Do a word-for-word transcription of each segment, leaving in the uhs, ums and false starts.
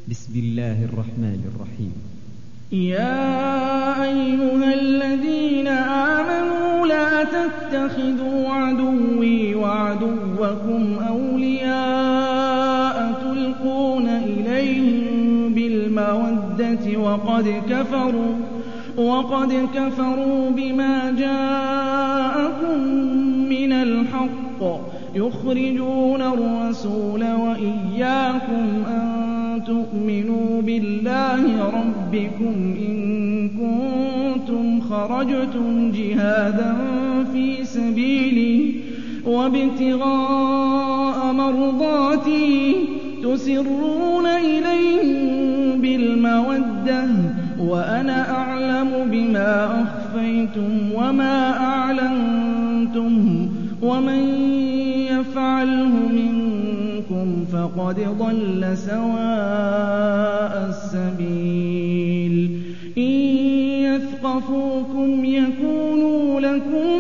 بسم الله الرحمن الرحيم. يا أيها الذين آمنوا لا تتخذوا عدوي وعدوكم أولياء تلقون إليهم بالمودة وقد كفروا وقد كفروا بما جاءكم من الحق يخرجون الرسول وإياكم أن تؤمنوا بالله ربكم إن كنتم خرجتم جهادا في سبيلي وابتغاء مرضاتي تسرون إليهم بالمودة وأنا أعلم بما أخفيتم وما أعلنتم ومن يفعله منكم فقد ضل سواء السبيل. إن يثقفوكم يكونوا لكم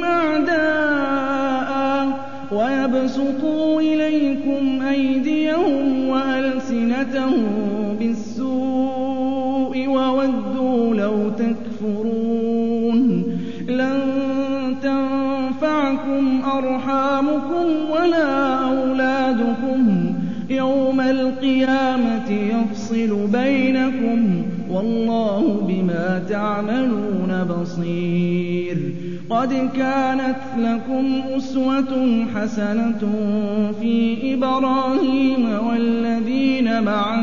أعداء ويبسطوا إليكم أيديهم وألسنتهم بالسوء وودوا لو تكفرون. لن تنفعكم أرحامكم ولا أولادكم يوم القيامة يفصل بينكم والله بما تعملون بصير. قد كانت لكم أسوة حسنة في إبراهيم والذين معه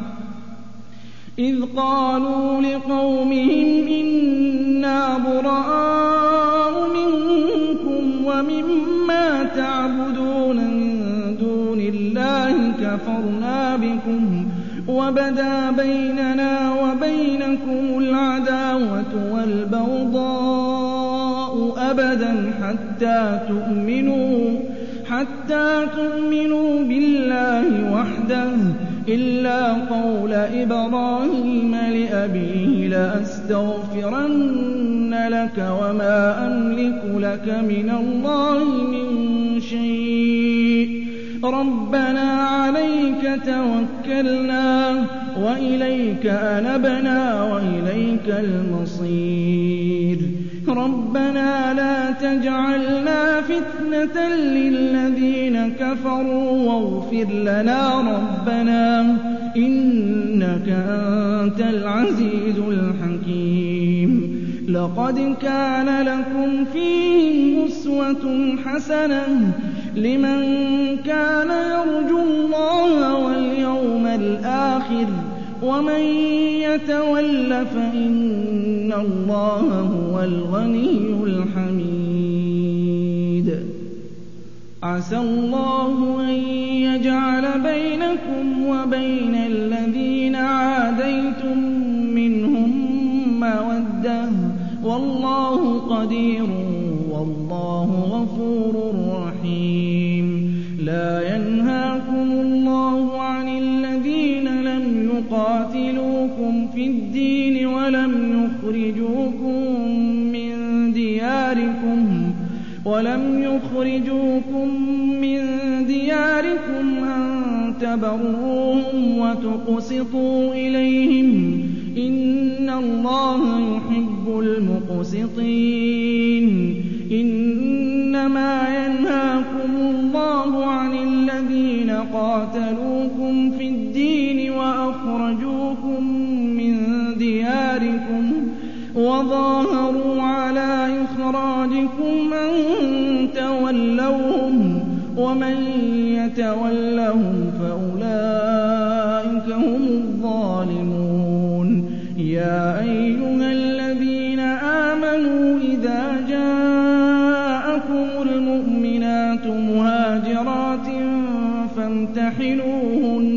إذ قالوا لقومهم إنا براء منكم ومما تعبدون من دون الله كفرنا بكم وبدا بيننا وبينكم العداوة والبغضاء أبدا حتى تؤمنوا حتى تؤمنوا بالله وحده إلا قول إبراهيم لأبيه لأستغفرن لك وما أملك لك من الله من شيء ربنا عليك توكلنا وإليك أنبنا وإليك المصير. ربنا لا تجعلنا فتنة للذين كفروا واغفر لنا ربنا إنك أنت العزيز الحكيم. لقد كان لكم فيهم أسوة حسنة لمن كان يرجو الله واليوم الآخر ومن يتول فإن الله هو الغني الحميد. عسى الله أن يجعل بينكم وبين الذين عاديتم منهم مودة والله قدير والله غفور رحيم. لا ينهاكم الله عن الذين لم يقاتلوكم في الدين ولم يخرجوكم من دياركم ولم يخرجوكم من دياركم أن تبروهم وتقسطوا إليهم إن الله يحب المقسطين. إنما ينهاكم الله عن الذين قاتلوكم في الدين وأخرجوكم من دياركم وظاهروا على إخراجكم أن تولوهم ومن يتولهم فأولئك هم الظالمون. يا أيها الذين آمنوا إذا جاءكم المؤمنات مهاجرات فامتحنوهن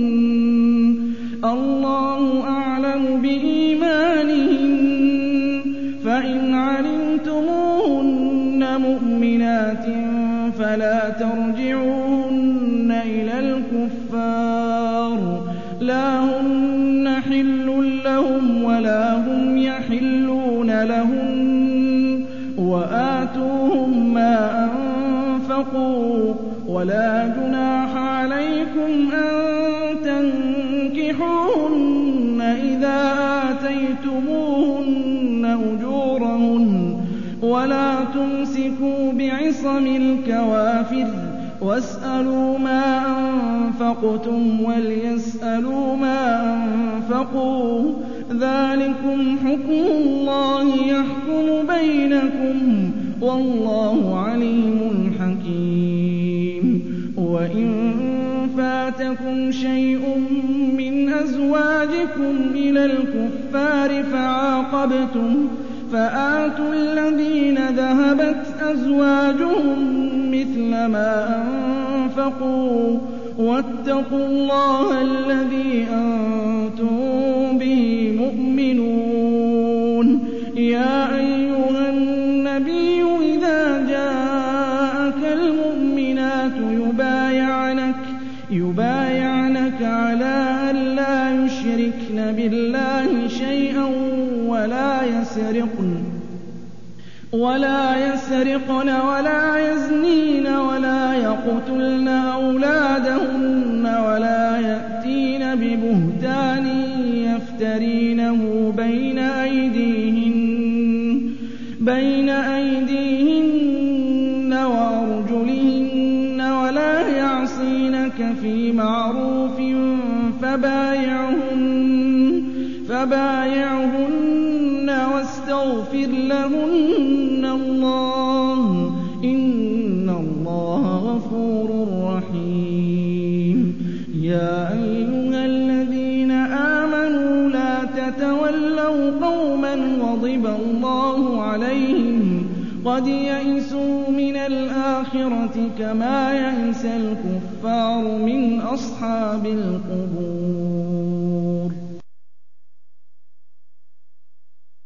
الله أعلم بإيمانهن فإن علمتموهن مؤمنات فلا ترجعوهن إلى الكفار لا هن حل لهم ولا هم يحلون لهن وآتوهم ما أنفقوا ولا جناح عليكم أن تنكحوهن تُوفُوهُنَّ إِذَا آتَيْتُمُوهُنَّ أُجُورَهُنَّ وَلَا تُمْسِكُوا بِعِصَمِ الْكَوَافِرِ وَاسْأَلُوا مَا أَنفَقْتُمْ وَلْيَسْأَلُوا مَا أَنفَقُوا ۚ ذَٰلِكُمْ حُكْمُ اللَّهِ يَحْكُمُ بَيْنَكُمْ ۚ وَاللَّهُ عَلِيمٌ حَكِيمٌ. وَإِن فَاتَكُمْ شَيْءٌ مِّنْ أَزْوَاجِكُمْ إِلَى الْكُفَّارِ فَعَاقَبْتُمْ فَآتُوا الَّذِينَ ذَهَبَتْ أَزْوَاجُهُم مِّثْلَ مَا أَنفَقُوا ۚ وَاتَّقُوا اللَّهَ الَّذِي أَنتُم بِهِ مُؤْمِنُونَ. يَا أَيُّهَا النَّبِيُّ إِذَا جَاءَكَ الْمُؤْمِنَاتُ يُبَايِعْنَكَ عَلَىٰ أَن لَّا يُشْرِكْنَ بِاللَّهِ شَيْئًا وَلَا يَسْرِقْنَ وَلَا يَزْنِينَ وَلَا يَقْتُلْنَ أَوْلَادَهُنَّ وَلَا يَأْتِينَ بِبُهْتَانٍ يَفْتَرِينَهُ بَيْنَ أَيْدِيهِنَّ وَأَرْجُلِهِنَّ وَلَا يَعْصِينَكَ فِي مَعْرُوفٍ فَبَايِعْهُنَّ وَاسْتَغْفِرْ لَهُنَّ اللَّهَ ۖ إِنَّ اللَّهَ غَفُورٌ رَّحِيمٌ. يَا أَيُّهَا الَّذِينَ آمَنُوا لَا تَتَوَلَّوْا قَوْمًا غَضِبَ اللَّهُ عَلَيْهِمْ قَدْ يَئِسُوا مِنَ الْآخِرَةِ كَمَا يَئِسَ الْكُفَّارُ مِنْ أَصْحَابِ الْقُبُورِ.